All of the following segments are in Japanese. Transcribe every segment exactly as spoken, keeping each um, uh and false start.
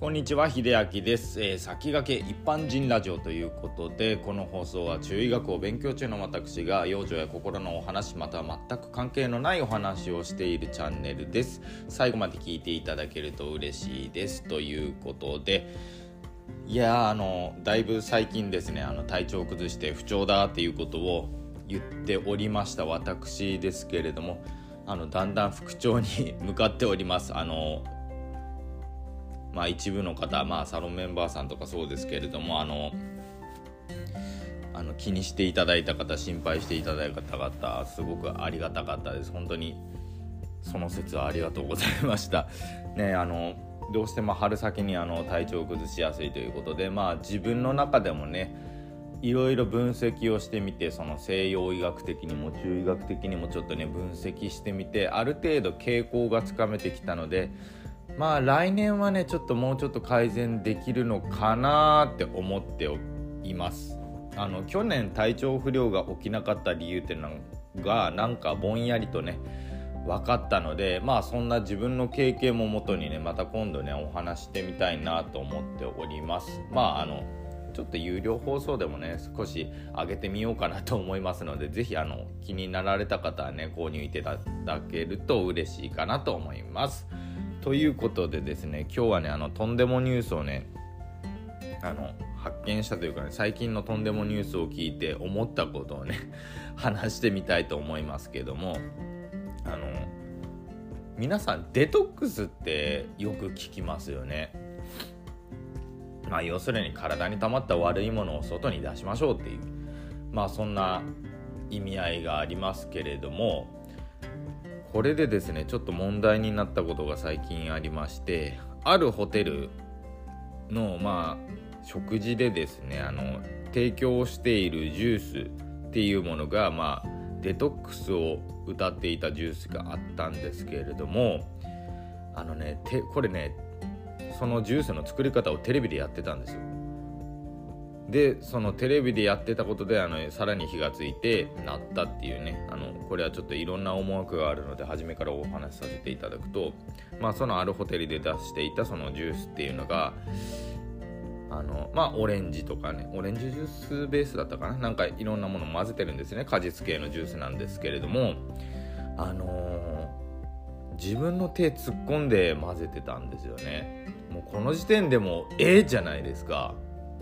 こんにちは、秀明です、えー、先駆け一般人ラジオということで、この放送は中医学を勉強中の私が養生や心のお話、または全く関係のないお話をしているチャンネルです。最後まで聞いていただけると嬉しいですということで、いやあのだいぶ最近ですね、あの体調を崩して不調だっていうことを言っておりました私ですけれども、あのだんだん復調に向かっております。あのまあ、一部の方、まあ、サロンメンバーさんとかそうですけれども、あのあの気にしていただいた方、心配していただいた方、すごくありがたかったです。本当にその説はありがとうございましたね。あのどうしても春先にあの体調を崩しやすいということで、まあ、自分の中でもねいろいろ分析をしてみて、その西洋医学的にも中医学的にもちょっとね分析してみて、ある程度傾向がつかめてきたので、まあ来年はねちょっともうちょっと改善できるのかなって思っています。あの去年体調不良が起きなかった理由っていうのがなんかぼんやりとね分かったので、まあそんな自分の経験ももとにねまた今度ねお話してみたいなと思っております。まああのちょっと有料放送でもね少し上げてみようかなと思いますので、ぜひあの気になられた方はね購入いただけると嬉しいかなと思います。ということでですね、今日はねあのとんでもニュースをねあの発見したというかね、最近のとんでもニュースを聞いて思ったことをね話してみたいと思いますけども、あの皆さんデトックスってよく聞きますよね。まあ要するに体に溜まった悪いものを外に出しましょうっていう、まあそんな意味合いがありますけれども、これでですねちょっと問題になったことが最近ありまして、あるホテルのまあ食事でですね、あの提供しているジュースっていうものがまあデトックスを謳っていたジュースがあったんですけれども、あのねてこれねそのジュースの作り方をテレビでやってたんですよ。でそのテレビでやってたことであのさらに火がついてなったっていうね、あのこれはちょっといろんな思惑があるので初めからお話しさせていただくと、まあそのあるホテルで出していたそのジュースっていうのがあのまあオレンジとかね、オレンジジュースベースだったかな、なんかいろんなもの混ぜてるんですね。果実系のジュースなんですけれども、あのー、自分の手突っ込んで混ぜてたんですよね。もうこの時点でもええじゃないですか。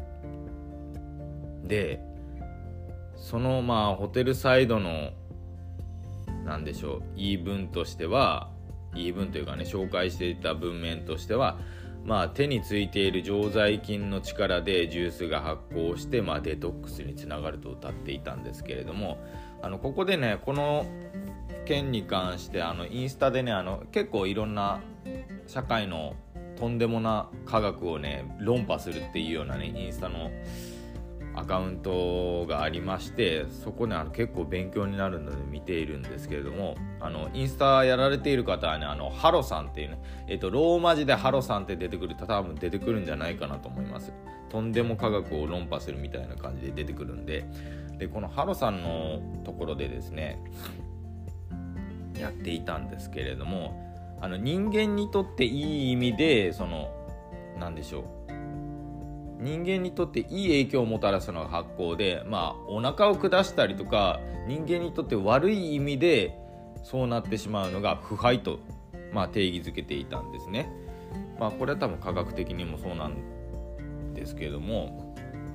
でそのまあホテルサイドのなんでしょう言い分としては、言い分というかね紹介していた文面としては、まあ手についている常在菌の力でジュースが発酵して、まあ、デトックスにつながると謳っていたんですけれども、あのここでねこの件に関してあのインスタでねあの結構いろんな社会のとんでもな科学をね論破するっていうようなねインスタのアカウントがありまして、そこねあの結構勉強になるので見ているんですけれども、あのインスタやられている方はねあのハロさんっていうね、えっとローマ字でハロさんって出てくると多分出てくるんじゃないかなと思います。とんでも科学を論破するみたいな感じで出てくるんで、でこのハロさんのところでですねやっていたんですけれども、あの人間にとっていい意味でそのなんでしょう人間にとっていい影響をもたらすのが発酵で、まあお腹を下したりとか人間にとって悪い意味でそうなってしまうのが腐敗と、まあ、定義づけていたんですね。まあこれは多分科学的にもそうなんですけれども、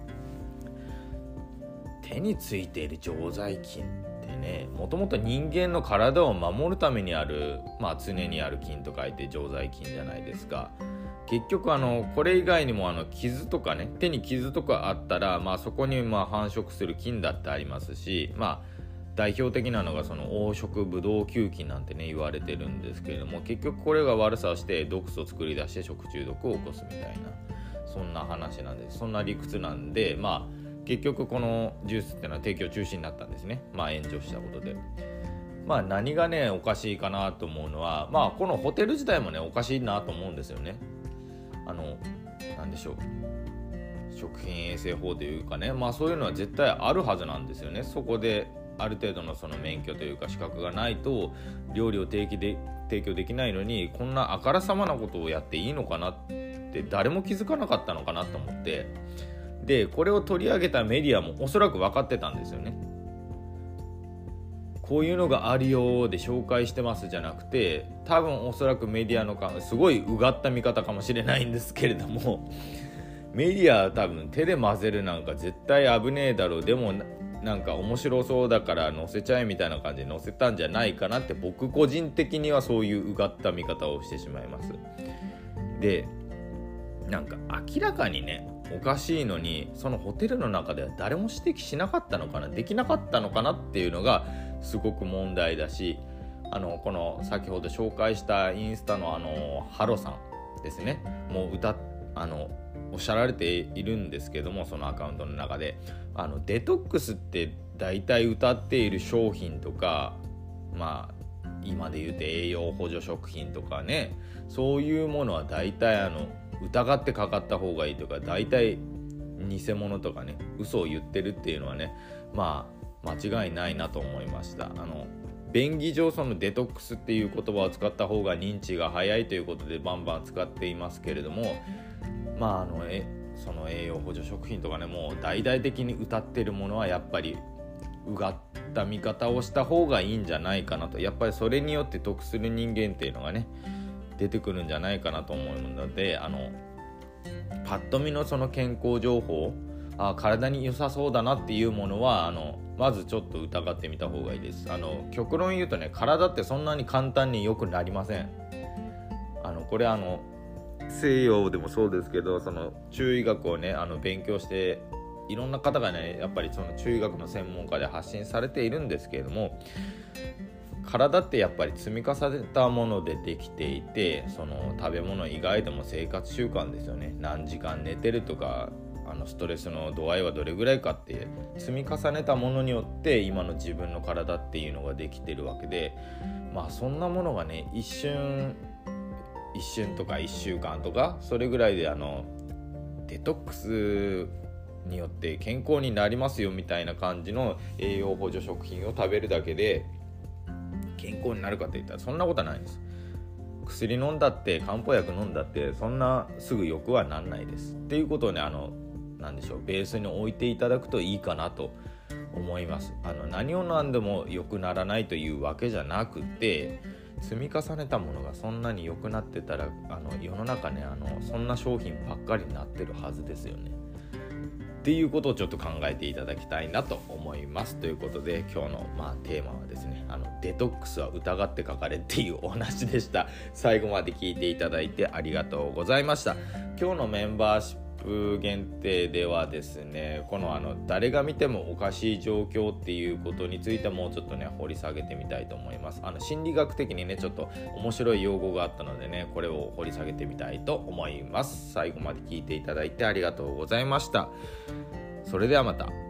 手についている常在菌ってね、もともと人間の体を守るためにある、まあ常にある菌と書いて常在菌じゃないですか。結局あのこれ以外にもあの傷とかね、手に傷とかあったら、まあ、そこにまあ繁殖する菌だってありますし、まあ代表的なのがその黄色ブドウ球菌なんてね言われてるんですけれども、結局これが悪さをして毒素を作り出して食中毒を起こすみたいな、そんな話なんです。そんな理屈なんで、まあ結局このジュースっていうのは提供中止になったんですね。まあ炎上したことで。まあ何がねおかしいかなと思うのは、まあこのホテル自体もねおかしいなと思うんですよね。あのなんでしょう食品衛生法というかね、まあそういうのは絶対あるはずなんですよね。そこである程度のその免許というか資格がないと料理を提供で提供できないのに、こんなあからさまなことをやっていいのかなってって誰も気づかなかったのかなと思って、でこれを取り上げたメディアもおそらく分かってたんですよね。こういうのがあるよで紹介してますじゃなくて、多分おそらくメディアのかすごいうがった見方かもしれないんですけれども、メディアは多分手で混ぜるなんか絶対危ねえだろう、でもなんか面白そうだから載せちゃえみたいな感じで載せたんじゃないかなって、僕個人的にはそういううがった見方をしてしまいます。でなんか明らかにねおかしいのに、そのホテルの中では誰も指摘しなかったのかな、できなかったのかなっていうのがすごく問題だし、あのこの先ほど紹介したインスタのあのハロさんですね、もう歌あのおっしゃられているんですけども、そのアカウントの中であのデトックスって大体歌っている商品とか、まあ今で言うと栄養補助食品とかね、そういうものは大体あの疑ってかかった方がいいとか、大体偽物とかね嘘を言ってるっていうのはね、まあ間違いないなと思いました。あの便宜上そのデトックスっていう言葉を使った方が認知が早いということでバンバン使っていますけれども、まああのえその栄養補助食品とかね、もう大々的に歌ってるものはやっぱりうがった見方をした方がいいんじゃないかなと、やっぱりそれによって得する人間っていうのがね出てくるんじゃないかなと思うので、あのパッと見のその健康情報、あ体に良さそうだなっていうものはあのまずちょっと疑ってみた方がいいです。あの極論言うとね、体ってそんなに簡単に良くなりません。あのこれあの西洋でもそうですけど、その中医学をねあの勉強していろんな方がねやっぱりその中医学の専門家で発信されているんですけれども、体ってやっぱり積み重ねたものでできていて、その食べ物以外でも生活習慣ですよね、何時間寝てるとか、あのストレスの度合いはどれぐらいかって積み重ねたものによって今の自分の体っていうのができてるわけで、まあそんなものがね一瞬一瞬とかいっしゅうかんとかそれぐらいであのデトックスによって健康になりますよみたいな感じの栄養補助食品を食べるだけで健康になるかって言ったらそんなことはないです。薬飲んだって漢方薬飲んだってそんなすぐ良くはなんないですっていうことをね、あのなんでしょう、ベースに置いていただくといいかなと思います。あの何を飲んでも良くならないというわけじゃなくて、積み重ねたものがそんなに良くなってたらあの世の中ねあのそんな商品ばっかりになってるはずですよねっていうことをちょっと考えていただきたいなと思います。ということで今日の、まあ、テーマはですね、あのデトックスは疑ってかかれっていうお話でした。最後まで聞いていただいてありがとうございました。今日のメンバーシップ限定ではですね、このあの誰が見てもおかしい状況っていうことについてもうちょっとね掘り下げてみたいと思います。あの心理学的にねちょっと面白い用語があったのでね、これを掘り下げてみたいと思います。最後まで聞いていただいてありがとうございました。それではまた。